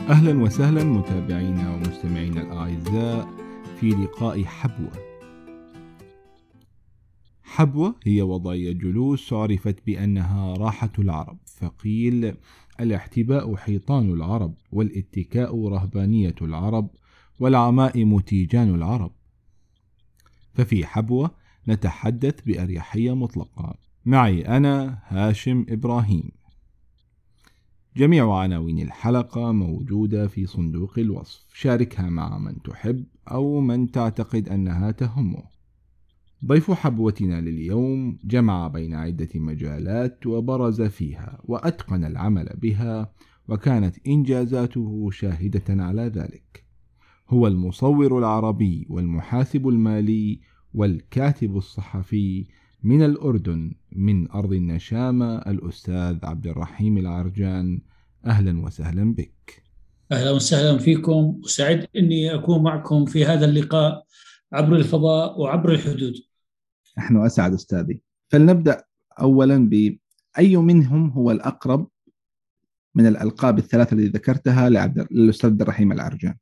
أهلا وسهلا متابعينا ومستمعينا الأعزاء في لقاء حبوة. حبوة هي وضعية جلوس عرفت بأنها راحة العرب، فقيل الاحتباء حيطان العرب، والاتكاء رهبانية العرب، والعمائم تيجان العرب. ففي حبوة نتحدث بأريحية مطلقة. معي أنا هاشم إبراهيم. جميع عناوين الحلقة موجودة في صندوق الوصف، شاركها مع من تحب أو من تعتقد أنها تهمه. ضيف حبوتنا لليوم جمع بين عدة مجالات وبرز فيها وأتقن العمل بها، وكانت إنجازاته شاهدة على ذلك. هو المصور العربي والمحاسب المالي والكاتب الصحفي من الأردن، من أرض النشامة، الأستاذ عبد الرحيم العرجان. أهلا وسهلا بك. أهلا وسهلا فيكم، وسعيد أني أكون معكم في هذا اللقاء عبر الفضاء وعبر الحدود. نحن أسعد أستاذي. فلنبدأ أولا بأي منهم هو الأقرب من الألقاب الثلاثة التي ذكرتها للأستاذ عبد الرحيم العرجان؟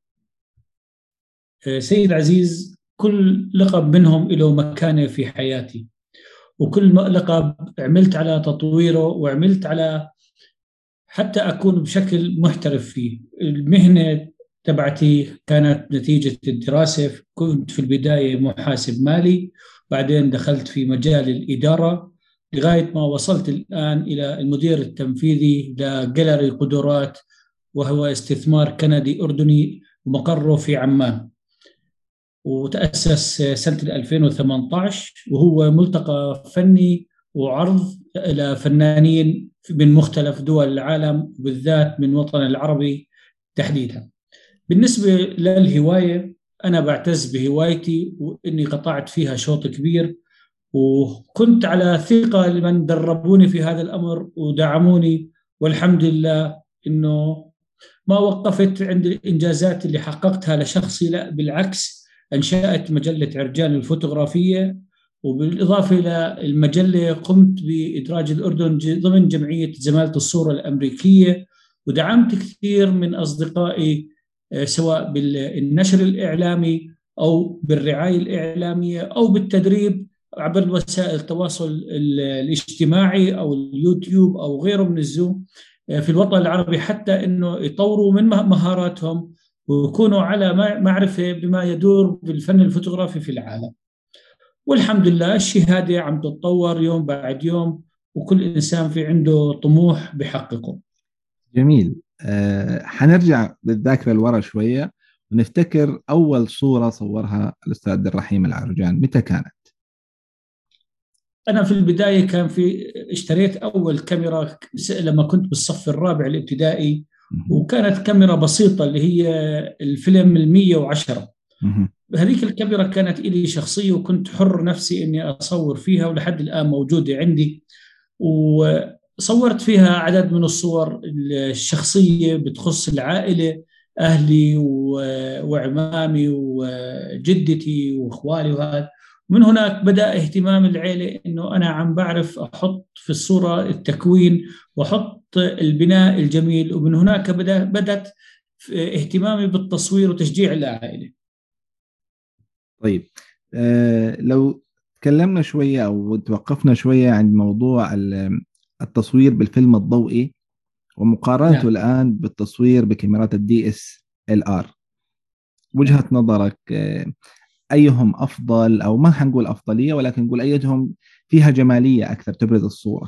سيد عزيز، كل لقب منهم له مكانة في حياتي، وكل لقب عملت على تطويره وعملت على حتى أكون بشكل محترف فيه. المهنة تبعتي كانت نتيجة الدراسة. كنت في البداية محاسب مالي، بعدين دخلت في مجال الإدارة لغاية ما وصلت الآن إلى المدير التنفيذي لجاليري قدرات، وهو استثمار كندي أردني ومقره في عمان. وتأسس سنة 2018، وهو ملتقى فني وعرض لفنانين من مختلف دول العالم، وبالذات من الوطن العربي تحديدا. بالنسبة للهواية، أنا بعتز بهوايتي وإني قطعت فيها شوط كبير، وكنت على ثقة لمن دربوني في هذا الأمر ودعموني، والحمد لله إنه ما وقفت عند الإنجازات اللي حققتها لشخصي، لا بالعكس، أنشأت مجلة عرجان الفوتوغرافية، وبالإضافة إلى المجلة قمت بإدراج الأردن ضمن جمعية زمالة الصورة الأمريكية، ودعمت كثير من أصدقائي سواء بالنشر الإعلامي أو بالرعاية الإعلامية أو بالتدريب عبر وسائل التواصل الاجتماعي أو اليوتيوب أو غيره من الزوم في الوطن العربي، حتى أنه يطوروا من مهاراتهم ويكونوا على معرفة بما يدور بالفن الفوتوغرافي في العالم. والحمد لله الشهادة عم تتطور يوم بعد يوم، وكل إنسان في عنده طموح بحققه. جميل. حنرجع بالذاكرة لورا شوية ونفتكر أول صورة صورها الأستاذ عبد الرحيم العرجان، متى كانت؟ أنا في البداية كان اشتريت أول كاميرا لما كنت بالصف الرابع الابتدائي، مهم. وكانت كاميرا بسيطة اللي هي الفيلم 110. مهم. هذيك الكاميرا كانت إلي شخصية، وكنت حر نفسي إني أصور فيها، ولحد الآن موجودة عندي. وصورت فيها عدد من الصور الشخصية بتخص العائلة، أهلي وعمامي وجدتي وإخوالي وهذا. من هناك بدأ اهتمام العيلة، إنه أنا عم بعرف أحط في الصورة التكوين وأحط البناء الجميل، ومن هناك بدأت اهتمامي بالتصوير وتشجيع العائلة. طيب، لو تكلمنا شوية أو توقفنا شوية عند موضوع التصوير بالفيلم الضوئي ومقارنته نعم. الآن بالتصوير بكاميرات الدي اس ال ار، وجهة نعم. نظرك أيهم أفضل؟ أو ما حنقول أفضلية، ولكن نقول أيهم فيها جمالية أكثر تبرز الصورة؟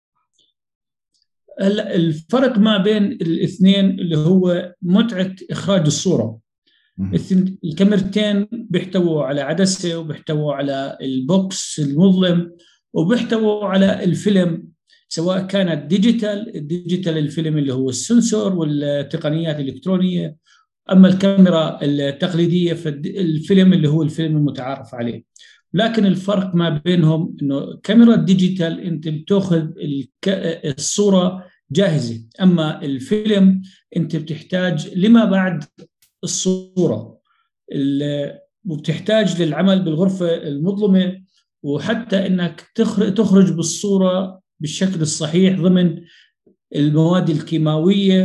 هلا الفرق ما بين الاثنين اللي هو متعة إخراج الصورة. مهم. الكاميرتين بيحتووا على عدسة، وبيحتووا على البوكس المظلم، وبيحتووا على الفيلم، سواء كانت الديجيتال الفيلم اللي هو السنسور والتقنيات الإلكترونية. أما الكاميرا التقليدية فالفيلم اللي هو الفيلم المتعارف عليه. لكن الفرق ما بينهم إنه كاميرا الديجيتال أنت بتأخذ الصورة جاهزة، أما الفيلم أنت بتحتاج لما بعد الصورة، وبتحتاج للعمل بالغرفة المظلمة، وحتى أنك تخرج بالصورة بالشكل الصحيح ضمن المواد الكيماوية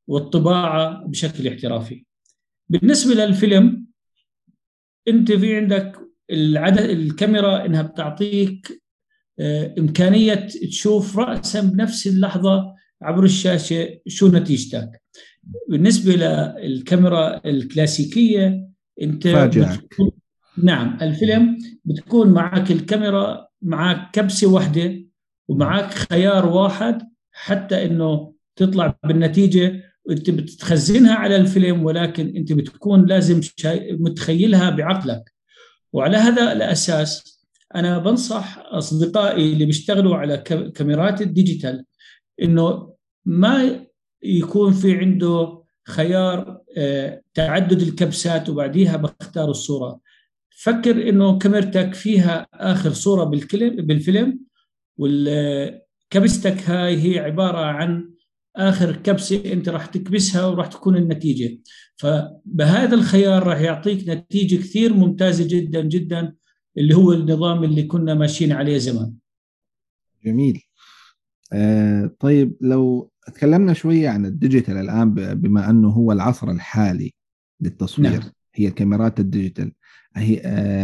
والطباعة بشكل احترافي. بالنسبة للفيلم، أنت في عندك الكاميرا إنها بتعطيك إمكانية تشوف رأسا بنفس اللحظة عبر الشاشة شو نتيجتك. بالنسبة للكاميرا الكلاسيكية، أنت فاجأك. بتكون، نعم، الفيلم بتكون معك الكاميرا، معك كبسة واحدة ومعك خيار واحد حتى إنه تطلع بالنتيجة، وأنت بتخزنها على الفيلم، ولكن أنت بتكون لازم متخيلها بعقلك. وعلى هذا الأساس أنا بنصح أصدقائي اللي بيشتغلوا على كاميرات الديجيتال إنه ما يكون في عنده خيار تعدد الكبسات وبعديها بختار الصورة. فكر إنه كاميرتك فيها آخر صورة بالفيلم، والكبستك هاي هي عبارة عن آخر كبسة أنت راح تكبسها وراح تكون النتيجة. فبهذا الخيار راح يعطيك نتيجة كثير ممتازة جدا جدا، اللي هو النظام اللي كنا ماشيين عليه زمان. جميل. طيب لو تكلمنا شوية عن الديجيتال الآن، بما أنه هو العصر الحالي للتصوير، نعم. هي الكاميرات الديجيتال، هي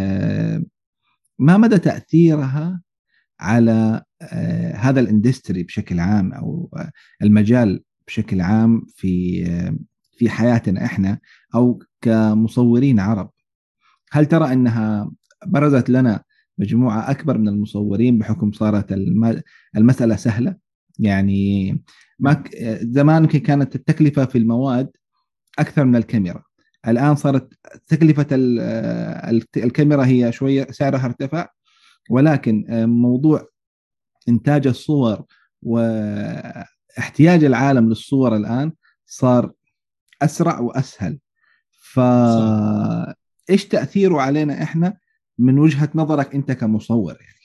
ما مدى تأثيرها على هذا الاندستري بشكل عام، أو المجال بشكل عام في حياتنا إحنا، أو كمصورين عرب؟ هل ترى أنها برزت لنا مجموعة أكبر من المصورين بحكم صارت المسألة سهلة؟ يعني ما زمان كانت التكلفة في المواد أكثر من الكاميرا، الآن صارت تكلفة الكاميرا هي شوية سعرها ارتفع، ولكن موضوع إنتاج الصور واحتياج العالم للصور الآن صار أسرع وأسهل. صح. فإيش تأثيره علينا إحنا من وجهة نظرك أنت كمصور يعني؟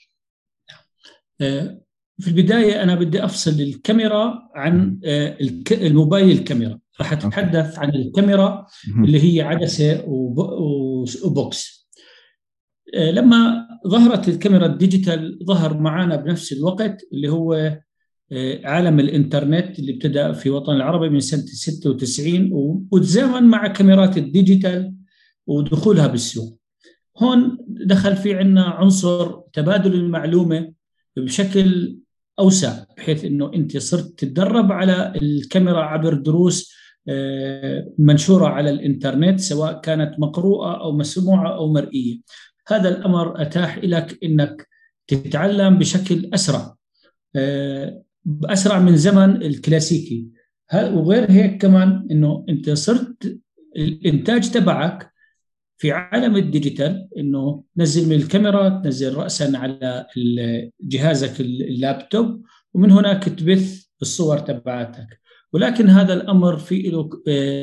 في البداية أنا بدي أفصل الكاميرا عن الموبايل. الكاميرا راح أوكي. أتحدث عن الكاميرا مهم. اللي هي عدسة وبوكس. لما ظهرت الكاميرا الديجيتال ظهر معنا بنفس الوقت اللي هو عالم الإنترنت اللي ابتدأ في وطن العربي من سنة 96، وتزامن مع كاميرات الديجيتال ودخولها بالسوق. هون دخل في عنا عنصر تبادل المعلومة بشكل أوسع، بحيث أنه أنت صرت تتدرب على الكاميرا عبر دروس منشورة على الإنترنت، سواء كانت مقروءة أو مسموعة أو مرئية. هذا الأمر أتاح لك أنك تتعلم بشكل أسرع، أسرع من زمن الكلاسيكي. وغير هيك كمان أنه أنت صرت الإنتاج تبعك في عالم الديجيتال انه تنزل من الكاميرا، تنزل راسا على جهازك اللابتوب، ومن هناك تبث الصور تبعاتك. ولكن هذا الامر فيه له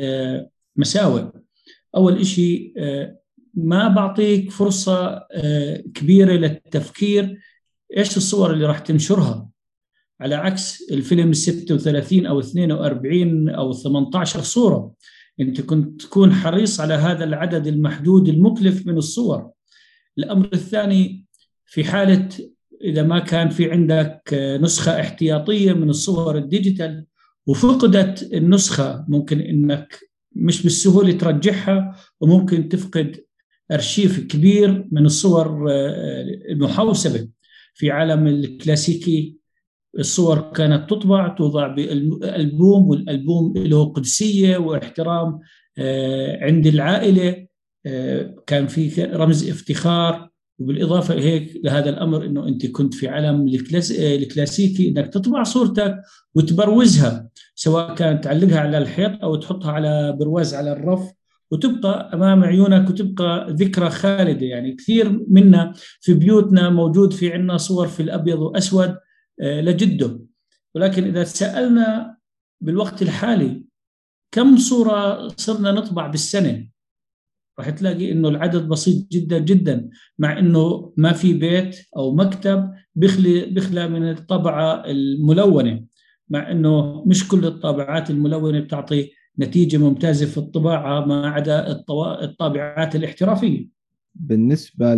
مساوئ. اول شيء ما بعطيك فرصه كبيره للتفكير ايش الصور اللي راح تنشرها، على عكس الفيلم 36 او 42 او 18 صوره. انت كنت تكون حريص على هذا العدد المحدود المكلف من الصور. الامر الثاني، في حاله اذا ما كان في عندك نسخه احتياطيه من الصور الديجيتال وفقدت النسخه، ممكن انك مش بالسهوله ترجعها، وممكن تفقد ارشيف كبير من الصور المحوسبه. في عالم الكلاسيكي الصور كانت تطبع توضع بالألبوم، والألبوم له قدسية واحترام عند العائلة. كان في رمز افتخار. وبالإضافة هيك لهذا الأمر أنه أنت كنت في عالم الكلاسيكي أنك تطبع صورتك وتبروزها، سواء كانت تعلقها على الحيط أو تحطها على برواز على الرف، وتبقى أمام عيونك وتبقى ذكرى خالدة. يعني كثير منا في بيوتنا موجود في عنا صور في الأبيض وأسود لجده. ولكن إذا سألنا بالوقت الحالي كم صورة صرنا نطبع بالسنة، راح تلاقي إنه العدد بسيط جدا جدا، مع إنه ما في بيت أو مكتب بخلى من الطبعة الملونة، مع إنه مش كل الطابعات الملونة بتعطي نتيجة ممتازة في الطباعة، ما عدا الطابعات الاحترافية. بالنسبة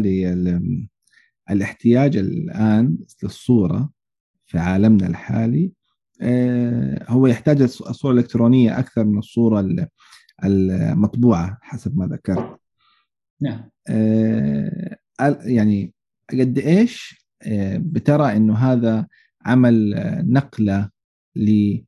للاحتياج الآن للصورة في عالمنا الحالي، هو يحتاج الصورة الإلكترونية أكثر من الصورة المطبوعة حسب ما ذكرت. نعم. يعني قد إيش بترى إنه هذا عمل نقلة ل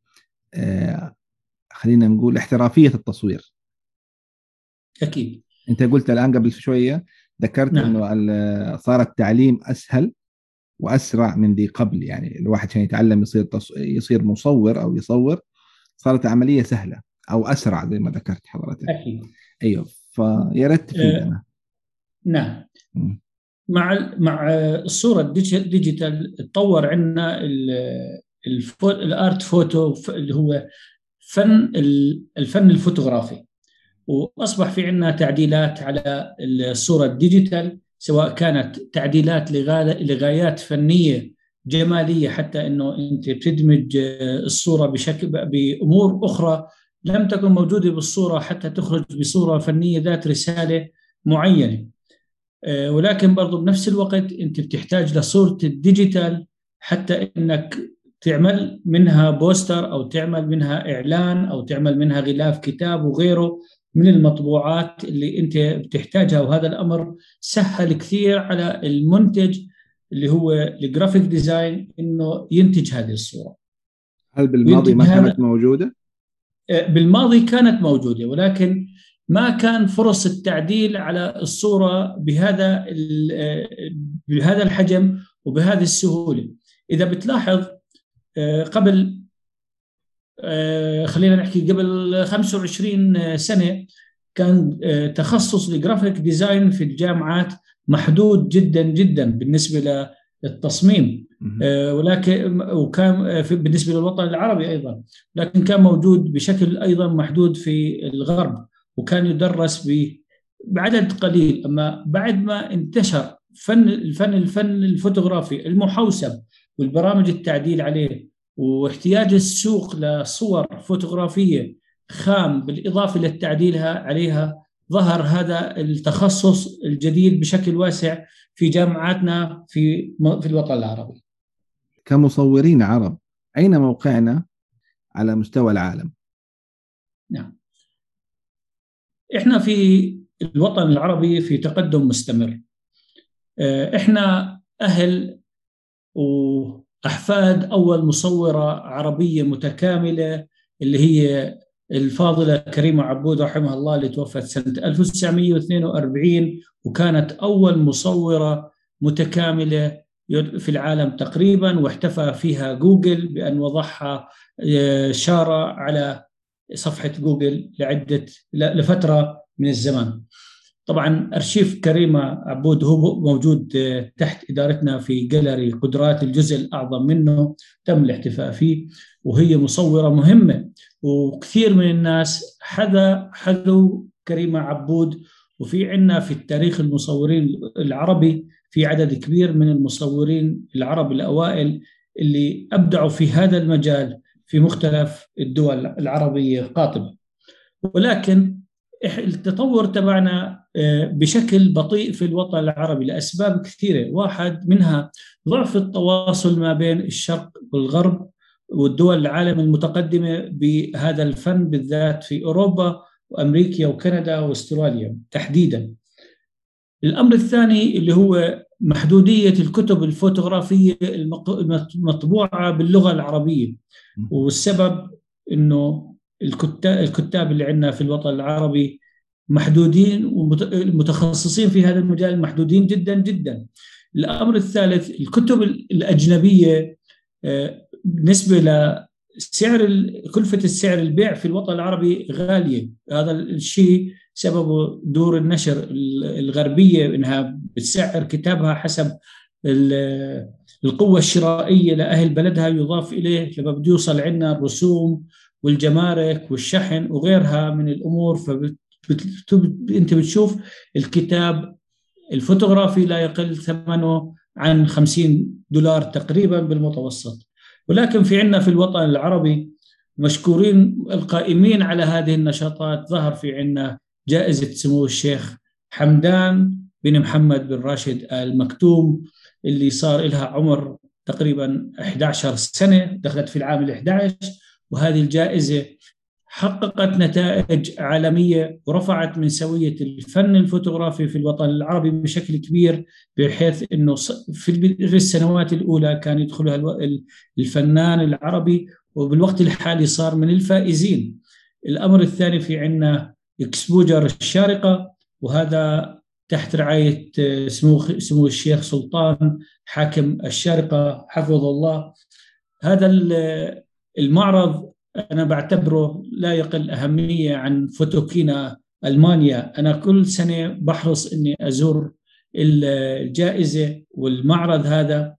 خلينا نقول احترافية التصوير؟ أكيد. أنت قلت الآن قبل شوية، ذكرت نعم. إنه صار التعليم أسهل وأسرع من ذي قبل. يعني الواحد عشان يتعلم يصير مصور أو يصور، صارت عملية سهلة أو أسرع زي ما ذكرت حضرتك. أكيد. أيوه، فيا ريت تفيدنا. نعم. مم. مع الصورة الديجيتال تطور عندنا الارت فوتو، اللي هو الفن الفوتوغرافي، وأصبح في عندنا تعديلات على الصورة الديجيتال، سواء كانت تعديلات لغايات فنية جمالية، حتى أنه أنت بتدمج الصورة بأمور أخرى لم تكن موجودة بالصورة، حتى تخرج بصورة فنية ذات رسالة معينة. ولكن برضو بنفس الوقت أنت بتحتاج لصورة الديجيتال حتى أنك تعمل منها بوستر، أو تعمل منها إعلان، أو تعمل منها غلاف كتاب وغيره من المطبوعات اللي أنت بتحتاجها. وهذا الأمر سهل كثير على المنتج اللي هو الجرافيك ديزاين إنه ينتج هذه الصورة. هل بالماضي وينتج ما هذا كانت موجودة؟ بالماضي كانت موجودة، ولكن ما كان فرص التعديل على الصورة بهذا الحجم وبهذه السهولة. إذا بتلاحظ قبل خلينا نحكي قبل 25 سنة كان تخصص الجرافيك ديزاين في الجامعات محدود جدا جدا بالنسبة للتصميم، ولكن وكان بالنسبة للوطن العربي أيضا، لكن كان موجود بشكل أيضا محدود في الغرب، وكان يدرس بعدد قليل. أما بعد ما انتشر الفن الفوتوغرافي المحوسب والبرامج التعديل عليه، واحتياج السوق لصور فوتوغرافية خام بالإضافة للتعديل عليها، ظهر هذا التخصص الجديد بشكل واسع في جامعاتنا في الوطن العربي. كمصورين عرب، أين موقعنا على مستوى العالم؟ نعم، إحنا في الوطن العربي في تقدم مستمر. إحنا أهل وأحفاد أول مصورة عربية متكاملة، اللي هي الفاضلة كريمة عبود رحمها الله، اللي توفت سنة 1942، وكانت أول مصورة متكاملة في العالم تقريبا، واحتفى فيها جوجل بأن وضعها شارة على صفحة جوجل لفترة من الزمان. طبعا أرشيف كريمة عبود هو موجود تحت إدارتنا في جاليري قدرات، الجزء الأعظم منه تم الاحتفاء فيه، وهي مصورة مهمة، وكثير من الناس حذوا كريمة عبود. وفي عنا في التاريخ المصورين العربي في عدد كبير من المصورين العرب الأوائل اللي أبدعوا في هذا المجال في مختلف الدول العربية قاطبة. ولكن التطور تبعنا بشكل بطيء في الوطن العربي لأسباب كثيرة، واحد منها ضعف التواصل ما بين الشرق والغرب والدول العالم المتقدمة بهذا الفن، بالذات في أوروبا وأمريكا وكندا وأستراليا تحديدا. الأمر الثاني اللي هو محدودية الكتب الفوتوغرافية المطبوعة باللغة العربية، والسبب أنه الكتاب اللي عندنا في الوطن العربي محدودين، والمتخصصين في هذا المجال محدودين جدا جدا. الأمر الثالث الكتب الأجنبية بالنسبة كلفة السعر البيع في الوطن العربي غالية. هذا الشيء سببه دور النشر الغربية، إنها بتسعر كتابها حسب القوة الشرائية لأهل بلدها، يضاف إليه لما بده يوصل عندنا الرسوم والجمارك والشحن وغيرها من الأمور. أنت بتشوف الكتاب الفوتوغرافي لا يقل ثمنه عن $50 تقريبا بالمتوسط. ولكن في عنا في الوطن العربي مشكورين القائمين على هذه النشاطات، ظهر في عنا جائزة سمو الشيخ حمدان بن محمد بن راشد آل مكتوم، اللي صار لها عمر تقريبا 11 سنة، دخلت في العام ال11. وهذه الجائزة حققت نتائج عالمية ورفعت من سوية الفن الفوتوغرافي في الوطن العربي بشكل كبير، بحيث أنه في السنوات الأولى كان يدخلها الفنان العربي، وبالوقت الحالي صار من الفائزين. الأمر الثاني، في عندنا إكسبوجر الشارقة، وهذا تحت رعاية سمو الشيخ سلطان حاكم الشارقة حفظه الله. هذا المعرض أنا بعتبره لا يقل أهمية عن فوتوكينا ألمانيا. أنا كل سنة بحرص أني أزور الجائزة والمعرض هذا.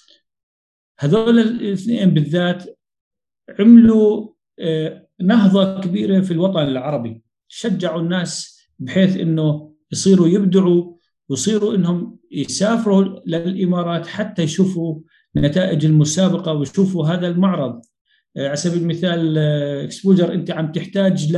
هذول الاثنين بالذات عملوا نهضة كبيرة في الوطن العربي، شجعوا الناس بحيث أنه يصيروا يبدعوا، ويصيروا أنهم يسافروا للإمارات حتى يشوفوا نتائج المسابقة ويشوفوا هذا المعرض. على سبيل المثال اكسبوجر أنت عم تحتاج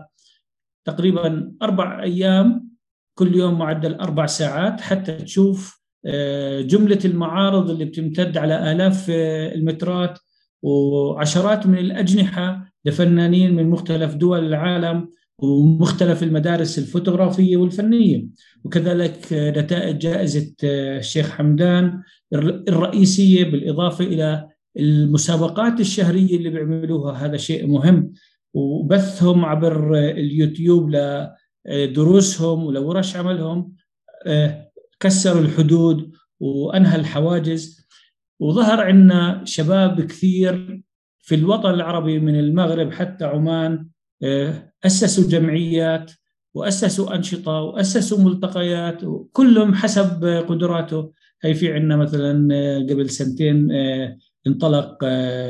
تقريبا 4 أيام، كل يوم معدل 4 ساعات، حتى تشوف جملة المعارض اللي بتمتد على آلاف المترات وعشرات من الأجنحة لفنانين من مختلف دول العالم ومختلف المدارس الفوتوغرافية والفنية. وكذلك نتائج جائزة الشيخ حمدان الرئيسية، بالإضافة إلى المسابقات الشهرية اللي بيعملوها. هذا شيء مهم، وبثهم عبر اليوتيوب لدروسهم ولورش عملهم كسروا الحدود وأنهى الحواجز. وظهر عندنا شباب كثير في الوطن العربي من المغرب حتى عمان، أسسوا جمعيات وأسسوا أنشطة وأسسوا ملتقيات، وكلهم حسب قدراته. هي في عندنا مثلا قبل سنتين انطلق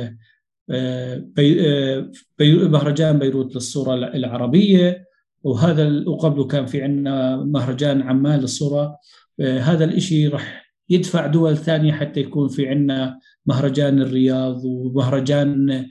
مهرجان بيروت للصورة العربية، وقبله كان في عندنا مهرجان عمان للصورة. هذا الإشي رح يدفع دول ثانية حتى يكون في عندنا مهرجان الرياض ومهرجان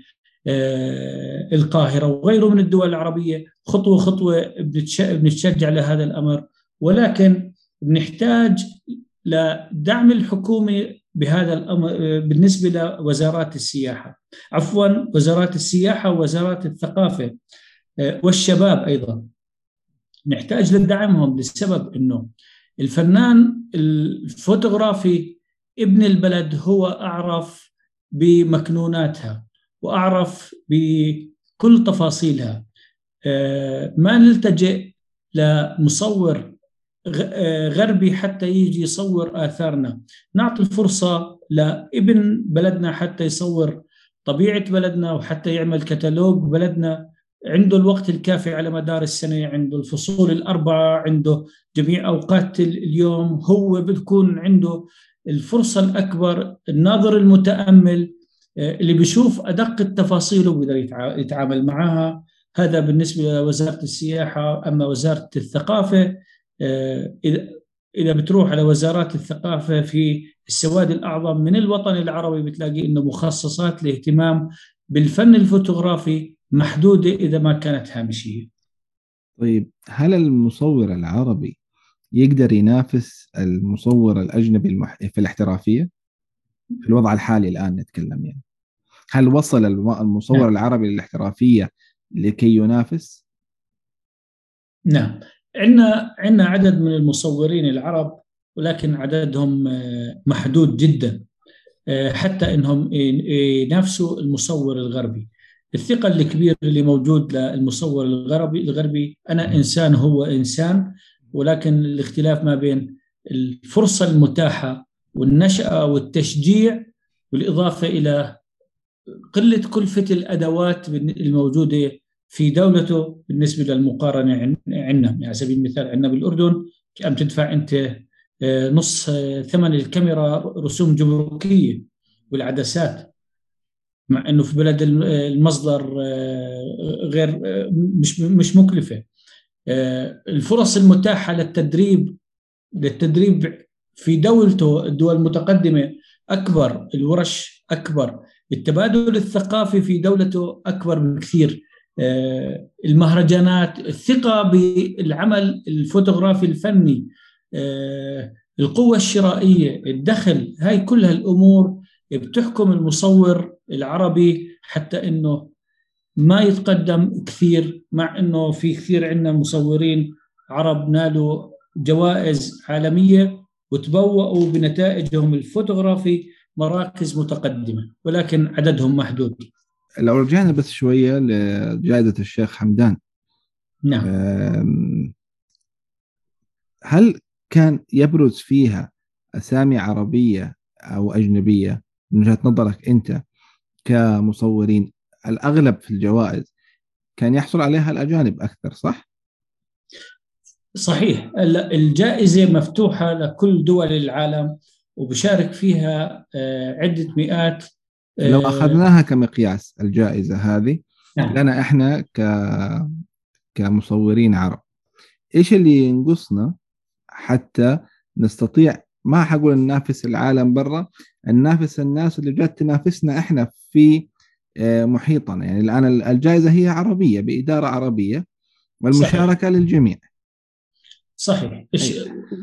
القاهرة وغيره من الدول العربية. خطوة خطوة بنتشجع لهذا الأمر، ولكن بنحتاج لدعم الحكومة بهذا الأمر بالنسبة لوزارات السياحة، عفوا وزارات السياحة ووزارات الثقافة والشباب أيضا. نحتاج لدعمهم للسبب أنه الفنان الفوتوغرافي ابن البلد هو أعرف بمكنوناتها وأعرف بكل تفاصيلها. ما نلتجئ لمصور غربي حتى يجي يصور آثارنا، نعطي الفرصة لابن بلدنا حتى يصور طبيعة بلدنا وحتى يعمل كتالوج بلدنا. عنده الوقت الكافي على مدار السنة، عنده الفصول ال4، عنده جميع أوقات اليوم، هو بتكون عنده الفرصة الأكبر. الناظر المتأمل اللي بيشوف أدق التفاصيل وبيقدر يتعامل معها. هذا بالنسبة لوزارة السياحة. أما وزارة الثقافة، إذا بتروح على وزارات الثقافة في السواد الأعظم من الوطن العربي بتلاقي إنه مخصصات لاهتمام بالفن الفوتوغرافي محدودة إذا ما كانت هامشية. طيب، هل المصور العربي يقدر ينافس المصور الأجنبي في الاحترافية في الوضع الحالي الآن نتكلم؟ يعني هل وصل المصور العربي للاحترافية لكي ينافس؟ نعم، عندنا عدد من المصورين العرب، ولكن عددهم محدود جدا حتى انهم ينافسوا المصور الغربي. الثقة الكبيرة اللي موجود للمصور الغربي، أنا إنسان هو إنسان، ولكن الاختلاف ما بين الفرصة المتاحة والنشأة والتشجيع، بالإضافة إلى قلة كلفة الأدوات الموجودة في دولته بالنسبة للمقارنة عندنا. يعني على سبيل المثال عندنا بالأردن عم تدفع أنت نص ثمن الكاميرا رسوم جمركية والعدسات، مع أنه في بلد المصدر غير مش مكلفة. الفرص المتاحة للتدريب في دولته، الدول المتقدمة، أكبر، الورش أكبر، التبادل الثقافي في دولته أكبر بكثير، المهرجانات، الثقة بالعمل الفوتوغرافي الفني، القوة الشرائية، الدخل، هاي كلها الأمور بتحكم المصور العربي حتى إنه ما يتقدم كثير، مع إنه في كثير عندنا مصورين عرب نالوا جوائز عالمية وتبوأوا بنتائجهم الفوتوغرافي مراكز متقدمة، ولكن عددهم محدود. لو رجعنا بس شوية لجائزة الشيخ حمدان، نعم. هل كان يبرز فيها أسامي عربية أو أجنبية من وجهة نظرك أنت كمصورين؟ الأغلب في الجوائز كان يحصل عليها الأجانب أكثر، صح؟ صحيح. الجائزة مفتوحة لكل دول العالم وبشارك فيها عدة مئات. لو أخذناها كمقياس الجائزة هذه نعم. لنا إحنا كمصورين عرب، إيش اللي ينقصنا حتى نستطيع، ما حقول ننافس العالم برا، ننافس الناس اللي جات تنافسنا إحنا في محيطنا؟ يعني الآن الجائزة هي عربية بإدارة عربية صحيح. والمشاركة للجميع. صحيح. أي.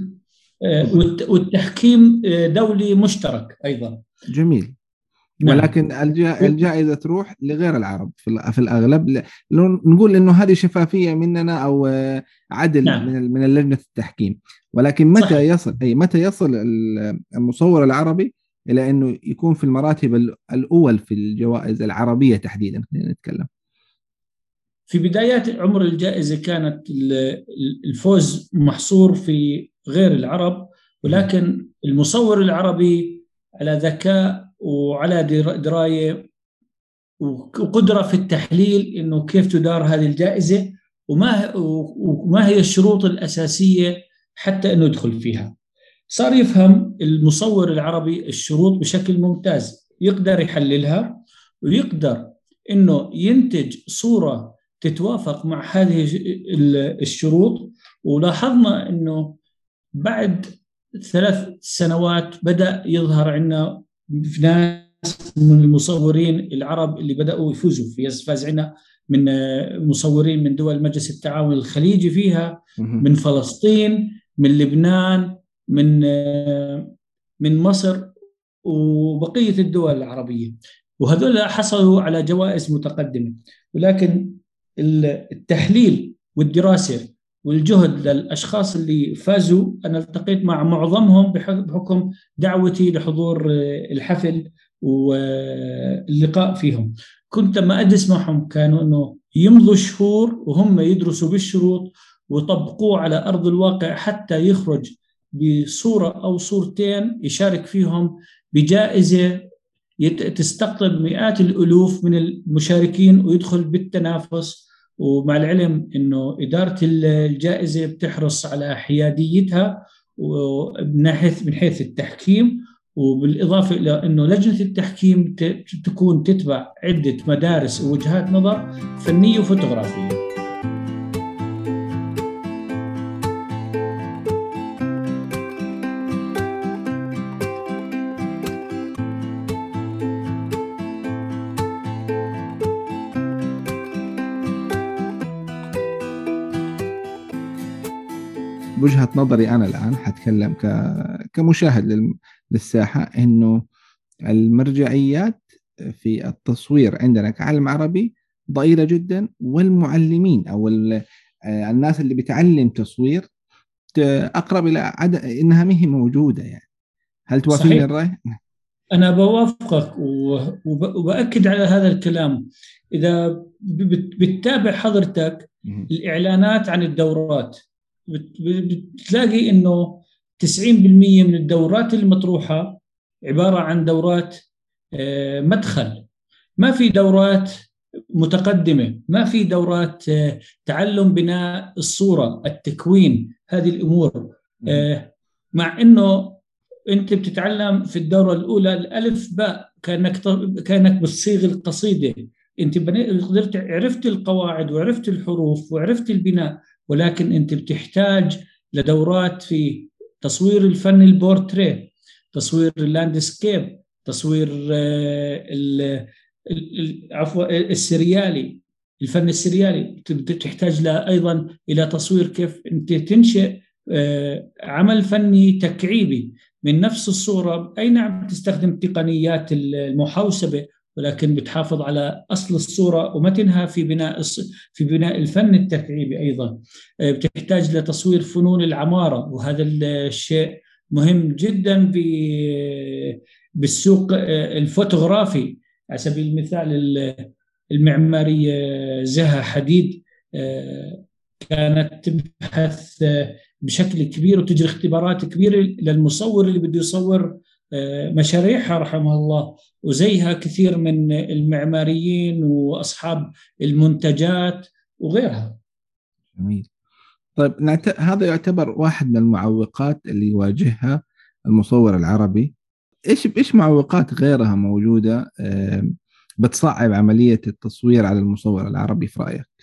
والتحكيم دولي مشترك أيضا. جميل. نعم. ولكن الجائزة تروح لغير العرب في الأغلب، نقول إنه هذه شفافية مننا أو عدل نعم. من لجنة التحكيم. ولكن صحيح. متى يصل المصور العربي إلى إنه يكون في المراتب الأول في الجوائز العربية تحديدا؟ خلينا نتكلم. في بدايات عمر الجائزة كانت الفوز محصور في غير العرب، ولكن المصور العربي على ذكاء وعلى دراية وقدرة في التحليل إنه كيف تدار هذه الجائزة وما هي الشروط الأساسية حتى إنه يدخل فيها. صار يفهم المصور العربي الشروط بشكل ممتاز، يقدر يحللها ويقدر إنه ينتج صورة تتوافق مع هذه الشروط. ولاحظنا إنه بعد 3 سنوات بدأ يظهر عندنا ناس من المصورين العرب اللي بدأوا يفوزوا فاز عندنا من مصورين من دول مجلس التعاون الخليجي فيها، من فلسطين، من لبنان، من مصر وبقية الدول العربية، وهذول حصلوا على جوائز متقدمة. ولكن التحليل والدراسة والجهد للأشخاص اللي فازوا، أنا التقيت مع معظمهم بحكم دعوتي لحضور الحفل واللقاء فيهم. كنت لما أدرس معهم كانوا أنه يمضوا شهور وهم يدرسوا بالشروط ويطبقوه على أرض الواقع حتى يخرج بصورة أو صورتين يشارك فيهم بجائزة تستقطب مئات الألوف من المشاركين ويدخل بالتنافس. ومع العلم أنه إدارة الجائزة بتحرص على حياديتها من حيث التحكيم، وبالإضافة إلى أنه لجنة التحكيم تكون تتبع عدة مدارس ووجهات نظر فنية وفوتوغرافية. بوجهة نظري أنا الآن حتكلم كمشاهد للساحة، إنه المرجعيات في التصوير عندنا كعالم عربي ضئيلة جدا، والمعلمين أو الناس اللي بتعلم تصوير أقرب إلى إنها ما هي موجودة. يعني هل توافقني صحيح. الرأي؟ أنا بوافقك وبأكد على هذا الكلام. إذا بتتابع حضرتك الإعلانات عن الدورات بتلاقي إنه 90% من الدورات المطروحة عبارة عن دورات مدخل، ما في دورات متقدمة، ما في دورات تعلم بناء الصورة، التكوين، هذه الأمور. مع إنه أنت بتتعلم في الدورة الأولى الألف باء كأنك بتصيغ القصيدة، أنت قدرت عرفت القواعد وعرفت الحروف وعرفت البناء، ولكن أنت بتحتاج لدورات في تصوير الفن البورتريه، تصوير اللاندسكيب، تصوير عفوا السريالي، الفن السريالي. تحتاج أيضا إلى تصوير كيف أنت تنشئ عمل فني تكعيبي. من نفس الصورة، أي نعم تستخدم تقنيات المحوسبة، ولكن بتحافظ على أصل الصورة ومتنها في بناء الفن التكعيبي أيضا. بتحتاج لتصوير فنون العمارة، وهذا الشيء مهم جدا بالسوق الفوتوغرافي. على سبيل المثال المعمارية زها حديد كانت تبحث بشكل كبير وتجري اختبارات كبيرة للمصور اللي بده يصور مشاريعها رحمه الله، وزيها كثير من المعماريين وأصحاب المنتجات وغيرها. جميل. طيب هذا يعتبر واحد من المعوقات اللي يواجهها المصور العربي. ايش معوقات غيرها موجودة بتصعب عملية التصوير على المصور العربي في رأيك؟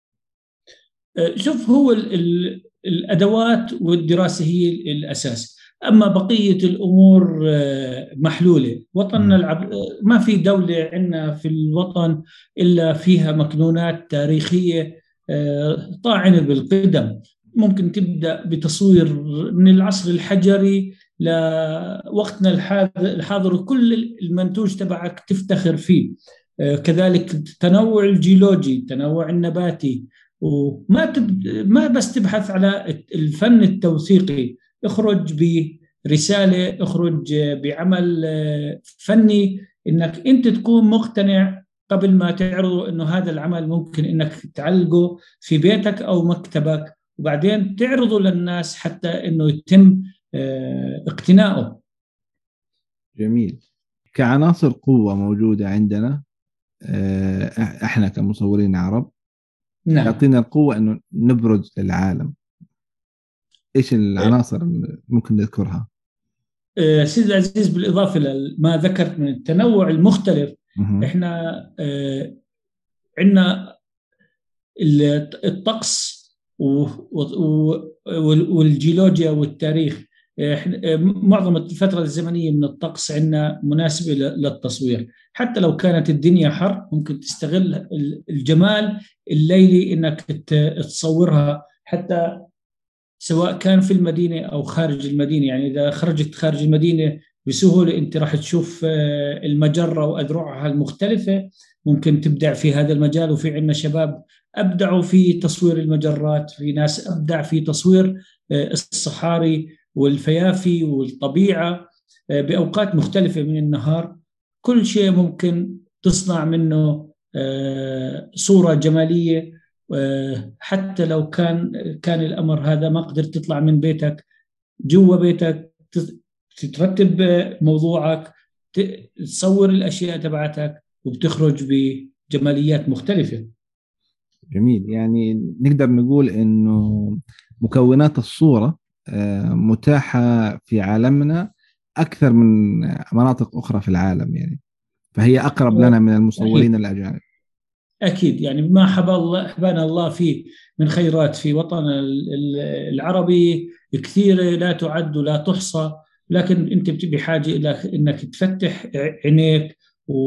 شوف، هو الأدوات والدراسة هي الأساس، أما بقية الأمور محلولة. وطننا ما في دولة عندنا في الوطن إلا فيها مكنونات تاريخية طاعنة بالقدم. ممكن تبدأ بتصوير من العصر الحجري لوقتنا الحاضر، كل المنتوج تبعك تفتخر فيه. كذلك التنوع الجيولوجي، التنوع النباتي. ما بس تبحث على الفن التوثيقي، اخرج برسالة، اخرج بعمل فني، انك انت تكون مقتنع قبل ما تعرضه انه هذا العمل ممكن انك تعلقه في بيتك او مكتبك، وبعدين تعرضه للناس حتى انه يتم اقتناؤه. جميل. كعناصر قوة موجودة عندنا احنا كمصورين عرب، نعم. يعطينا القوة انه نبرز للعالم. ايش العناصر اللي ممكن نذكرها؟ سيد العزيز، بالإضافة لما ذكرت من التنوع المختلف، احنا عندنا الطقس والجيولوجيا والتاريخ. معظم الفترة الزمنية من الطقس عندنا مناسبة للتصوير. حتى لو كانت الدنيا حر، ممكن تستغل الجمال الليلي انك تصورها، حتى سواء كان في المدينة أو خارج المدينة. يعني إذا خرجت خارج المدينة بسهولة، أنت راح تشوف المجرة وأذرعها المختلفة، ممكن تبدع في هذا المجال. وفي عندنا شباب أبدعوا في تصوير المجرات، في ناس أبدع في تصوير الصحاري والفيافي والطبيعة بأوقات مختلفة من النهار. كل شيء ممكن تصنع منه صورة جمالية. حتى لو كان الأمر هذا ما قدرت تطلع من بيتك، جوا بيتك تترتب موضوعك، تصور الأشياء تبعتك، وبتخرج بجماليات مختلفة. جميل. يعني نقدر نقول إنه مكونات الصورة متاحة في عالمنا أكثر من مناطق أخرى في العالم، يعني فهي أقرب لنا من المصورين أكيد. الأجانب. أكيد، يعني ما حبانا الله فيه من خيرات في وطن العربي كثيرة لا تعد ولا تحصى. لكن أنت بحاجة إلى أنك تفتح عينيك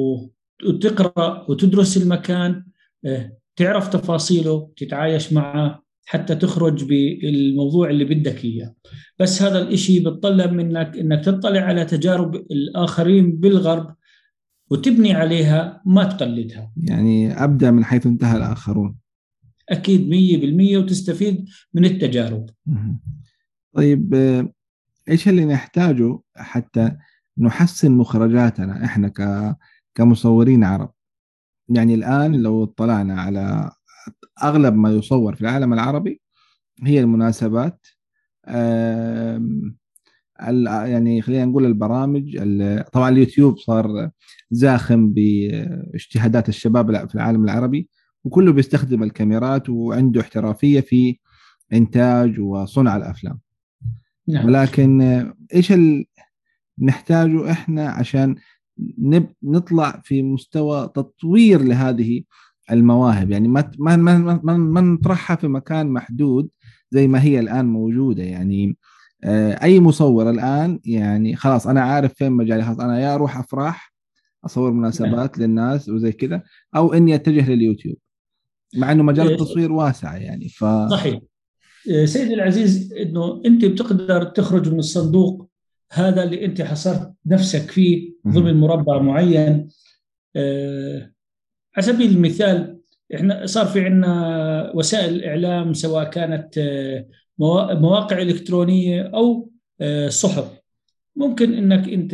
وتقرأ وتدرس المكان، تعرف تفاصيله، تتعايش معه حتى تخرج بالموضوع اللي بدك إياه. بس هذا الإشي بتطلب منك أنك تطلع على تجارب الآخرين بالغرب وتبني عليها، ما تقلدها. يعني أبدأ من حيث انتهى الآخرون. أكيد 100%، وتستفيد من التجارب. طيب إيش اللي نحتاجه حتى نحسن مخرجاتنا إحنا كمصورين عرب؟ يعني الآن لو اطلعنا على أغلب ما يصور في العالم العربي هي المناسبات، يعني خلينا نقول البرامج، طبعا اليوتيوب صار زاخم باجتهادات الشباب في العالم العربي، وكله بيستخدم الكاميرات وعنده احترافية في إنتاج وصنع الأفلام. نعم. ولكن إيش نحتاجه إحنا عشان نطلع في مستوى تطوير لهذه المواهب؟ يعني ما نطرحها في مكان محدود زي ما هي الآن موجودة. يعني أي مصور الآن يعني خلاص أنا عارف فين مجالي، خلاص أنا يا أروح أفراح أصور نعم. مناسبات للناس وزي كذا، أو إني أتجه لليوتيوب، مع إنه مجال التصوير واسع يعني صحيح. سيدي العزيز، انه انت بتقدر تخرج من الصندوق هذا اللي أنت حصرت نفسك فيه ضمن مربع معين. على سبيل المثال، احنا صار في عندنا وسائل الإعلام، سواء كانت مواقع إلكترونية أو صحف. ممكن إنك أنت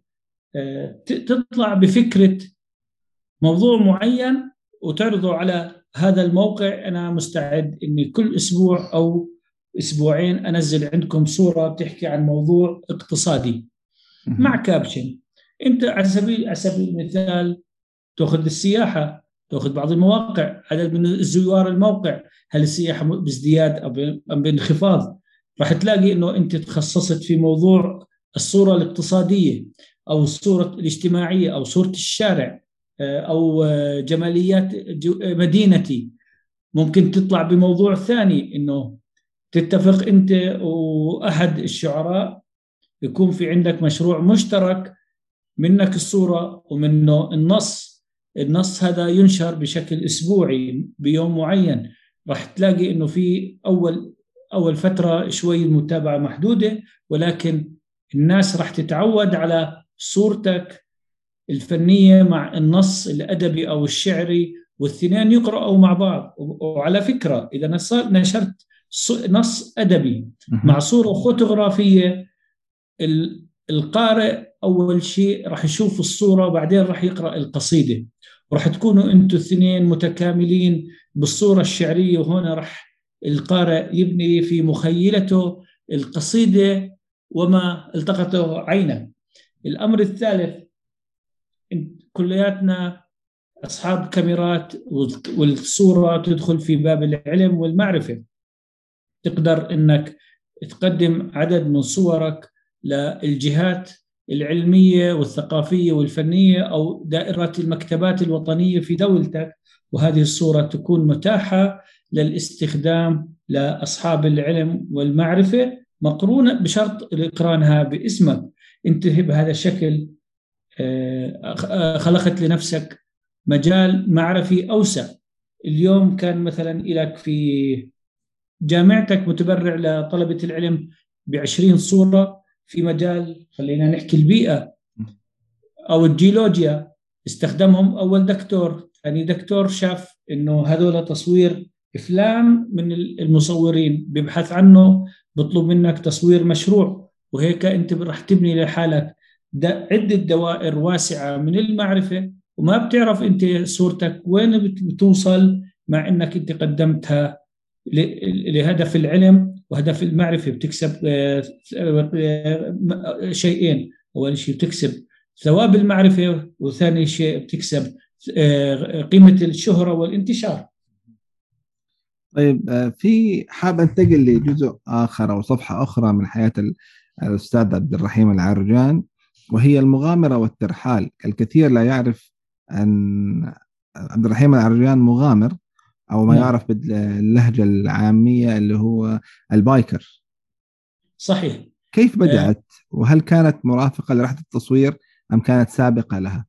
تطلع بفكرة موضوع معين وتعرضه على هذا الموقع. أنا مستعد إني كل أسبوع أو أسبوعين أنزل عندكم صورة بتحكي عن موضوع اقتصادي مع كابشن. أنت على سبيل المثال تأخذ السياحة، تأخذ بعض المواقع، عدد من الزوار الموقع، هل السياحة بازدياد أم بانخفاض؟ راح تلاقي إنه أنت تخصصت في موضوع الصورة الاقتصادية أو الصورة الاجتماعية أو صورة الشارع أو جماليات مدينتي. ممكن تطلع بموضوع ثاني، إنه تتفق أنت وأحد الشعراء، يكون في عندك مشروع مشترك، منك الصورة ومنه النص هذا ينشر بشكل أسبوعي بيوم معين. راح تلاقي إنه في أول فترة شوي المتابعة محدودة، ولكن الناس راح تتعود على صورتك الفنية مع النص الأدبي أو الشعري، والاثنين يقرأوا مع بعض. وعلى فكرة، إذا نشرت نص أدبي مع صورة فوتوغرافية، القارئ أول شيء راح يشوف الصورة وبعدين راح يقرأ القصيدة، وراح تكونوا أنتوا الاثنين متكاملين بالصورة الشعرية، وهنا راح القارئ يبني في مخيلته القصيدة وما التقطه عينه. الأمر الثالث، كلياتنا أصحاب كاميرات، والصورة تدخل في باب العلم والمعرفة. تقدر أنك تقدم عدد من صورك للجهات العلمية والثقافية والفنية أو دائرة المكتبات الوطنية في دولتك، وهذه الصورة تكون متاحة للاستخدام لأصحاب العلم والمعرفة، مقرونة بشرط إقرانها باسمك. أنت بهذا الشكل خلقت لنفسك مجال معرفي أوسع. اليوم كان مثلا لك في جامعتك متبرع لطلبة العلم ب20 صورة في مجال، خلينا نحكي البيئة أو الجيولوجيا، استخدمهم أول دكتور، ثاني دكتور شاف إنه هذول تصوير فلان من المصورين بيبحث عنه، بطلب منك تصوير مشروع، وهيك أنت راح تبني لحالك عدة دوائر واسعة من المعرفة، وما بتعرف أنت صورتك وين بتوصل، مع أنك أنت قدمتها لهدف العلم وهدف المعرفة. بتكسب شيئين: أول شيء بتكسب ثواب المعرفة، وثاني شيء بتكسب قيمة الشهرة والانتشار. طيب، في حاب انتقل لجزء آخر أو صفحة أخرى من حياة الأستاذ عبد الرحيم العرجان، وهي المغامرة والترحال. الكثير لا يعرف أن عبد الرحيم العرجان مغامر، أو ما يعرف باللهجة العامية اللي هو البايكر. صحيح. كيف بدأت؟ وهل كانت مرافقة لرحلة التصوير أم كانت سابقة لها؟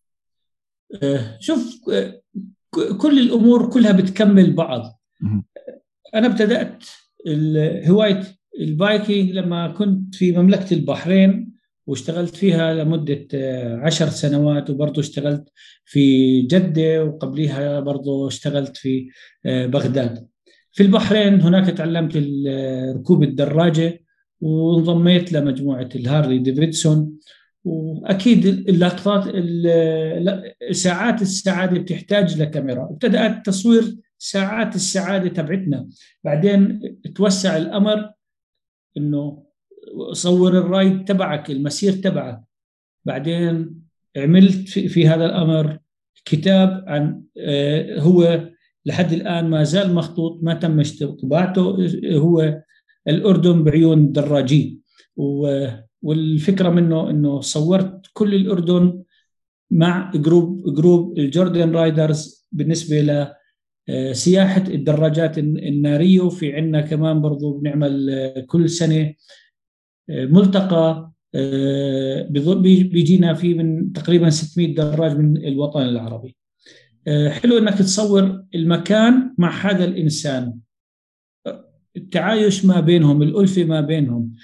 شوف، كل الأمور كلها بتكمل بعض. أنا ابتدأت هواية البايكينج لما كنت في مملكة البحرين، واشتغلت فيها لمدة 10 سنوات، وبرضو اشتغلت في جدة، وقبليها برضو اشتغلت في بغداد. في البحرين هناك تعلمت ركوب الدراجة، وانضميت لمجموعة الهارلي ديفيدسون. وأكيد اللقطات ساعات السعادة بتحتاج لكاميرا. ابتدأت تصوير ساعات السعادة تبعتنا، بعدين توسع الأمر إنه صور الرايد تبعك، المسير تبعك. بعدين عملت في هذا الأمر كتاب عن هو لحد الآن ما زال مخطوط، ما تم طباعته، هو الأردن بعيون الدراجين. والفكرة منه إنه صورت كل الأردن مع جروب الجوردن رايدرز بالنسبة لسياحة الدراجات النارية. وفي عنا كمان برضو بنعمل كل سنة ملتقى بيجينا فيه من تقريبا 600 دراج من الوطن العربي. حلو انك تصور المكان مع هذا الانسان، التعايش ما بينهم، الألفة ما بينهم.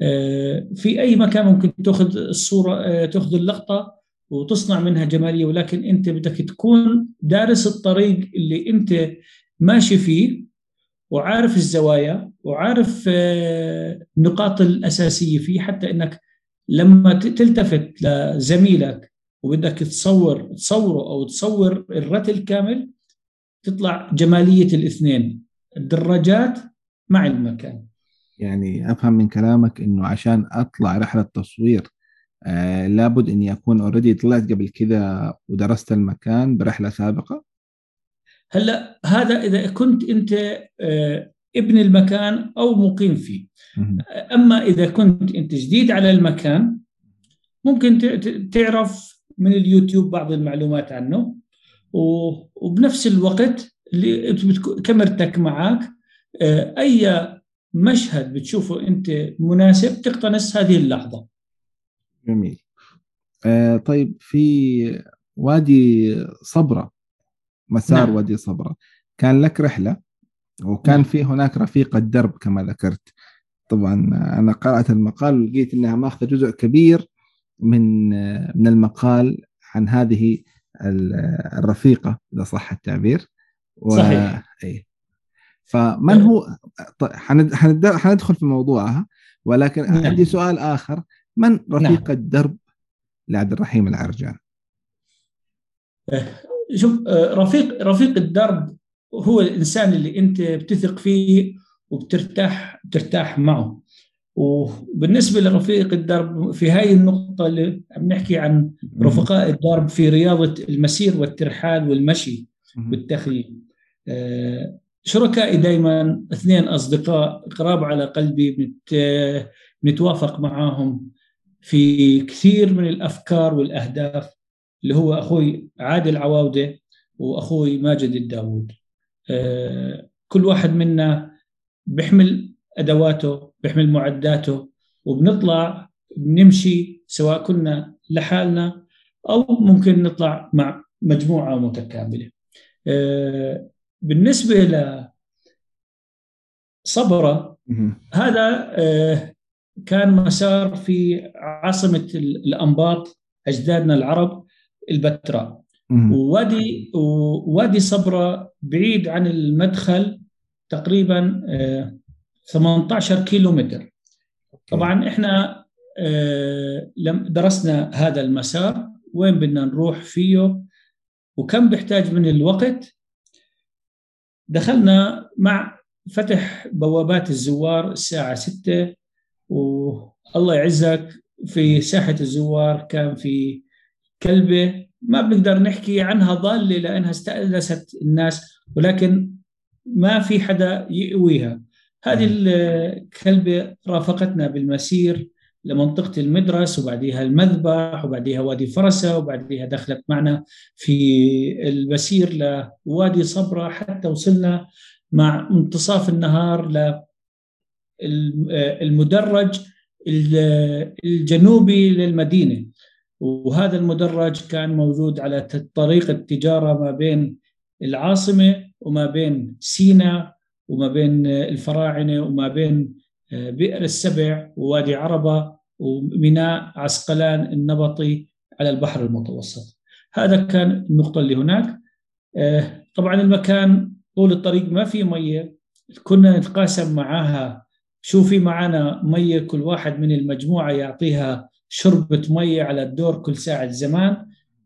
في أي مكان ممكن تأخذ الصورة، تأخذ اللقطة وتصنع منها جمالية، ولكن أنت بدك تكون دارس الطريق اللي أنت ماشي فيه، وعارف الزوايا، وعارف النقاط الأساسية فيه، حتى أنك لما تلتفت لزميلك وبدك تصوره أو تصور الرتل كامل، تطلع جمالية الاثنين، الدراجات مع المكان. يعني أفهم من كلامك إنه عشان أطلع رحلة تصوير لابد إني أكون أوريدي طلعت قبل كذا ودرست المكان برحلة سابقة. هلا هذا إذا كنت أنت ابن المكان أو مقيم فيه. مهم. أما إذا كنت أنت جديد على المكان، ممكن تعرف من اليوتيوب بعض المعلومات عنه، وبنفس الوقت اللي كاميرتك معك، أي مشهد بتشوفه أنت مناسب تقتنص هذه اللحظة. جميل. طيب، في وادي صبرا، مسار نعم. وادي صبرا، كان لك رحلة وكان نعم. في هناك رفيقة درب كما ذكرت. طبعا أنا قرأت المقال ولقيت أنها ماخذة جزء كبير من المقال عن هذه الرفيقة إذا صح التعبير. و صحيح. إيه. فمن آه، هو؟ حندخل في موضوعها، ولكن عندي نعم. سؤال آخر. من رفيق نعم. الدرب لعبد الرحيم العرجان؟ آه، شوف، رفيق الدرب هو الإنسان اللي أنت بتثق فيه وبترتاح معه. وبالنسبة لرفيق الدرب في هاي النقطة اللي عم نحكي عن مهم. رفقاء الدرب في رياضة المسير والترحال والمشي مهم. والتخييم، شركائي دائما اثنين أصدقاء قراب على قلبي، بنتوافق معاهم في كثير من الأفكار والأهداف، اللي هو أخوي عادل عواودة وأخوي ماجد الداوود. كل واحد منا بيحمل أدواته، بيحمل معداته، وبنطلع بنمشي سواء كنا لحالنا أو ممكن نطلع مع مجموعة متكاملة. بالنسبة لصبرة، مهم. هذا كان مسار في عاصمة الأنباط، أجدادنا العرب، البتراء. مهم. ووادي صبرة بعيد عن المدخل تقريبا 18 كيلو متر. أوكي. طبعا احنا لم درسنا هذا المسار، وين بدنا نروح فيه وكم بيحتاج من الوقت. دخلنا مع فتح بوابات الزوار الساعة 6، والله يعزك في ساحة الزوار كان في كلبة ما بنقدر نحكي عنها ضالة لأنها استأنست الناس، ولكن ما في حدا يقويها. هذه مهم. الكلبة رافقتنا بالمسير لمنطقة المدرس، وبعديها المذبح، وبعديها وادي فرسة، وبعديها دخلت معنا في المسير لوادي صبرا، حتى وصلنا مع منتصف النهار للمدرج الجنوبي للمدينة. وهذا المدرج كان موجود على طريق التجارة ما بين العاصمة وما بين سيناء وما بين الفراعنة وما بين بئر السبع ووادي عربة وميناء عسقلان النبطي على البحر المتوسط. هذا كان النقطة اللي هناك. طبعا المكان طول الطريق ما في مية، كنا نتقاسم معاها، شو في معنا مية، كل واحد من المجموعة يعطيها شربة مية على الدور كل ساعة زمان.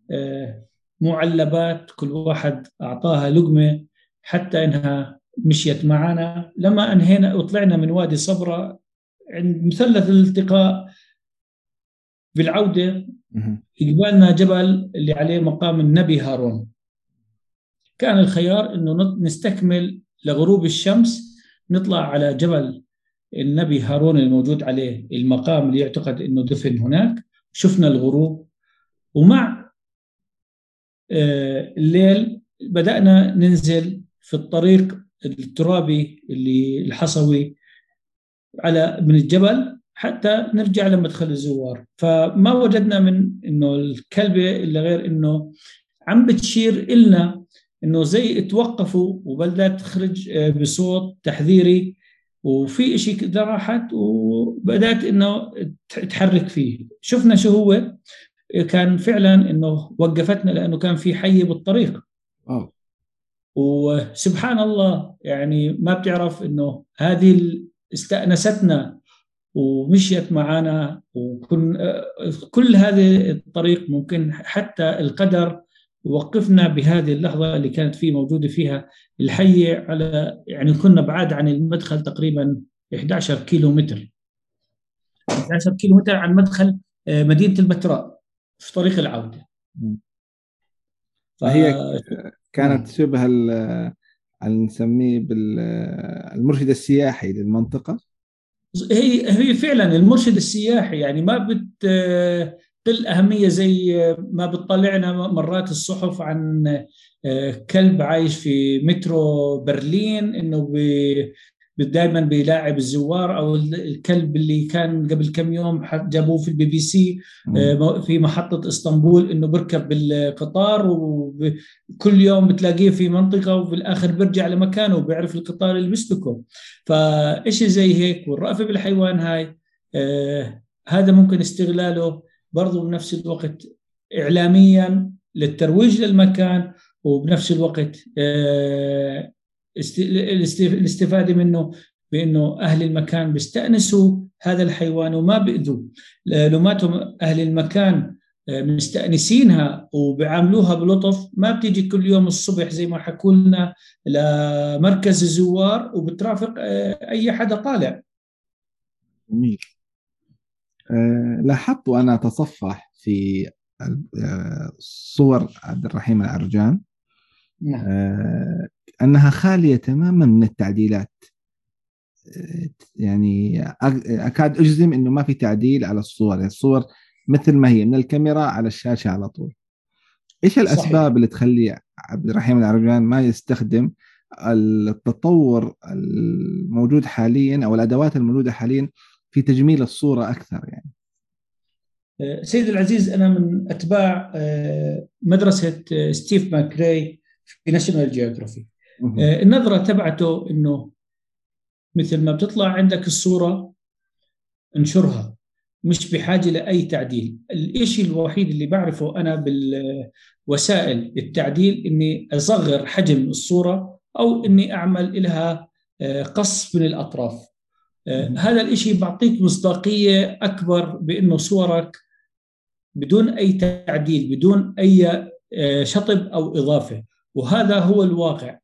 معلبات كل واحد أعطاها لقمة، حتى إنها مشيت معنا. لما أنهينا وطلعنا من وادي صبرا عند مثلث الالتقاء بالعودة، مهم. قبالنا جبل اللي عليه مقام النبي هارون. كان الخيار إنه نستكمل لغروب الشمس، نطلع على جبل النبي هارون الموجود عليه المقام اللي يعتقد إنه دفن هناك. شفنا الغروب، ومع الليل بدأنا ننزل في الطريق الترابي اللي الحصوي على من الجبل حتى نرجع لمدخل الزوار. فما وجدنا من إنه الكلبة إلا غير إنه عم بتشير إلنا إنه زي توقفوا، وبدأت تخرج بصوت تحذيري، وفي إشي كده راحت وبدأت إنه تحرك فيه. شفنا شو هو. كان فعلا إنه وقفتنا لأنه كان في حي بالطريق. أوه. وسبحان الله يعني ما بتعرف إنه هذه استأنستنا ومشيت معنا وكن كل هذه الطريق ممكن حتى القدر يوقفنا بهذه اللحظة اللي كانت فيه موجودة فيها الحية. على يعني كنا بعاد عن المدخل تقريبا 11 كيلو متر، 11 كيلو متر عن مدخل مدينة البتراء في طريق العودة. ف... فهي كانت نعم. شبه نسميه بالمرشد السياحي للمنطقة. هي فعلا المرشد السياحي، يعني ما بتقل أهمية زي ما بتطلعنا مرات الصحف عن كلب عايش في مترو برلين إنه دائما بيلاعب الزوار، او الكلب اللي كان قبل كم يوم جابوه في البي بي سي في محطة اسطنبول انه بركب بالقطار وكل يوم بتلاقيه في منطقة وفي الاخر بيرجع لمكانه وبيعرف القطار اللي بيسلكه. فإشي زي هيك والرأفة بالحيوان هاي هذا ممكن استغلاله برضو بنفس الوقت إعلاميا للترويج للمكان، وبنفس الوقت الاستفادة منه بأنه أهل المكان بيستأنسوا هذا الحيوان وما بيأذوه. لوماتهم أهل المكان مستأنسينها وبيعاملوها بلطف، ما بتيجي كل يوم الصبح زي ما حكوا لنا لمركز الزوار وبترافق أي حدا طالع. جميل. لاحظت وأنا أتصفح في صور عبد الرحيم العرجان نعم. أنها خالية تماما من التعديلات. يعني أكاد أجزم أنه ما في تعديل على الصور، يعني الصور مثل ما هي من الكاميرا على الشاشة على طول. إيش صحيح. الأسباب اللي تخلي عبد الرحيم العرجان ما يستخدم التطور الموجود حاليا أو الأدوات الموجودة حاليا في تجميل الصورة أكثر يعني؟ سيد العزيز، أنا من أتباع مدرسة ستيف ماكراي في ناشونال جيوغرافي. مهم. النظرة تبعته أنه مثل ما بتطلع عندك الصورة انشرها، مش بحاجة لأي تعديل. الإشي الوحيد اللي بعرفه أنا بالوسائل التعديل إني أصغر حجم الصورة أو إني أعمل لها قص من الأطراف. مهم. هذا الإشي بعطيك مصداقية أكبر بأنه صورك بدون أي تعديل بدون أي شطب أو إضافة، وهذا هو الواقع.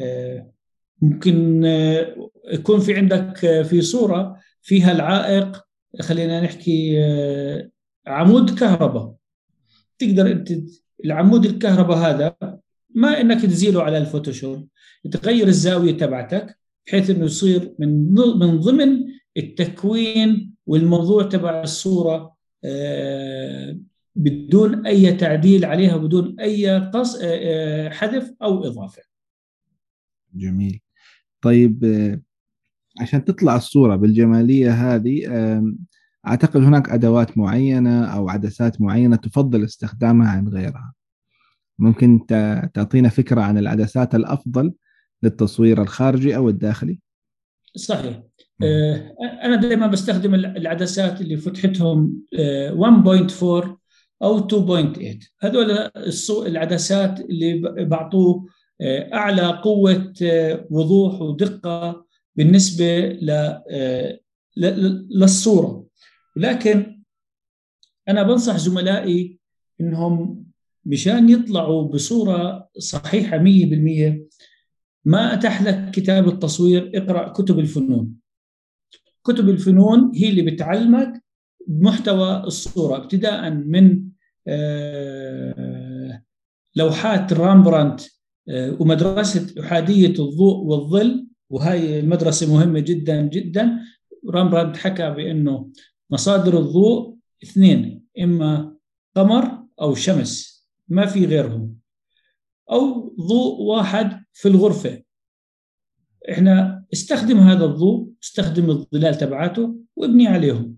ممكن يكون في عندك في صورة فيها العائق، خلينا نحكي عمود كهرباء، تقدر انت العمود الكهرباء هذا ما انك تزيله على الفوتوشوب، تغير الزاوية تبعتك بحيث انه يصير من ضمن التكوين والموضوع تبع الصورة بدون اي تعديل عليها بدون اي قص حذف او اضافة. جميل. طيب عشان تطلع الصورة بالجمالية هذه أعتقد هناك أدوات معينة أو عدسات معينة تفضل استخدامها عن غيرها. ممكن تعطينا فكرة عن العدسات الأفضل للتصوير الخارجي أو الداخلي؟ صحيح. مم. أنا دائما بستخدم العدسات اللي فتحتهم 1.4 أو 2.8. هذول العدسات اللي بعطوه أعلى قوة وضوح ودقة بالنسبة للصورة. لكن أنا بنصح زملائي إنهم مشان يطلعوا بصورة صحيحة 100% ما أتاح لك كتاب التصوير، اقرأ كتب الفنون. كتب الفنون هي اللي بتعلمك محتوى الصورة، ابتداء من لوحات رامبرانت ومدرسة أحادية الضوء والظل، وهي المدرسة مهمة جدا جدا. رامبرانت حكى بأنه مصادر الضوء اثنين، إما قمر أو شمس، ما في غيرهم، أو ضوء واحد في الغرفة. احنا استخدم هذا الضوء، استخدم الظلال تبعاته وابني عليهم.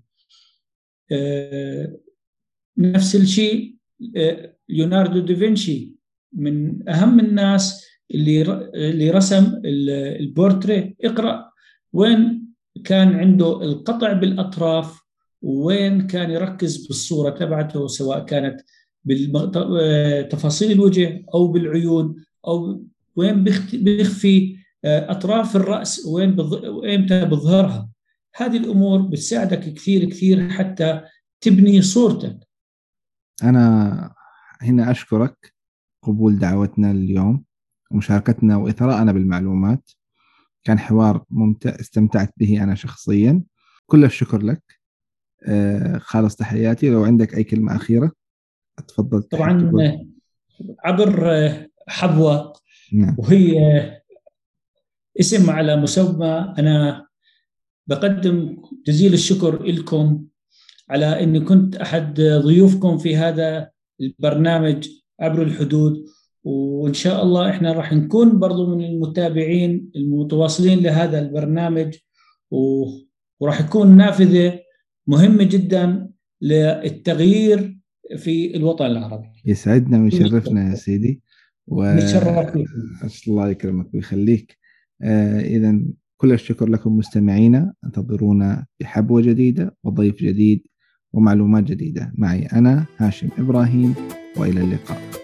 نفس الشيء ليوناردو دافنشي من أهم الناس اللي رسم البورتريه. اقرأ وين كان عنده القطع بالأطراف، وين كان يركز بالصورة تبعته، سواء كانت بتفاصيل الوجه أو بالعيون، أو وين بيخفي أطراف الرأس، وإمتى بظهرها. هذه الأمور بتساعدك كثير كثير حتى تبني صورتك. أنا هنا أشكرك قبول دعوتنا اليوم ومشاركتنا وإثراءنا بالمعلومات. كان حوار ممتع استمتعت به أنا شخصيا. كل الشكر لك. خالص تحياتي. لو عندك أي كلمة أخيرة تفضل تحب طبعا تقول. عبر حبوة، نعم. وهي اسم على مسمى، أنا بقدم جزيل الشكر لكم على أني كنت أحد ضيوفكم في هذا البرنامج عبر الحدود. وإن شاء الله إحنا راح نكون برضو من المتابعين المتواصلين لهذا البرنامج، وراح يكون نافذة مهمة جدا للتغيير في الوطن العربي. يسعدنا ويشرفنا يا سيدي. نتشرف فيكم. الله يكرمك ويخليك. إذا كل الشكر لكم مستمعينا. انتظرونا بحبوة جديدة وضيف جديد ومعلومات جديدة. معي أنا هاشم إبراهيم، وإلى اللقاء.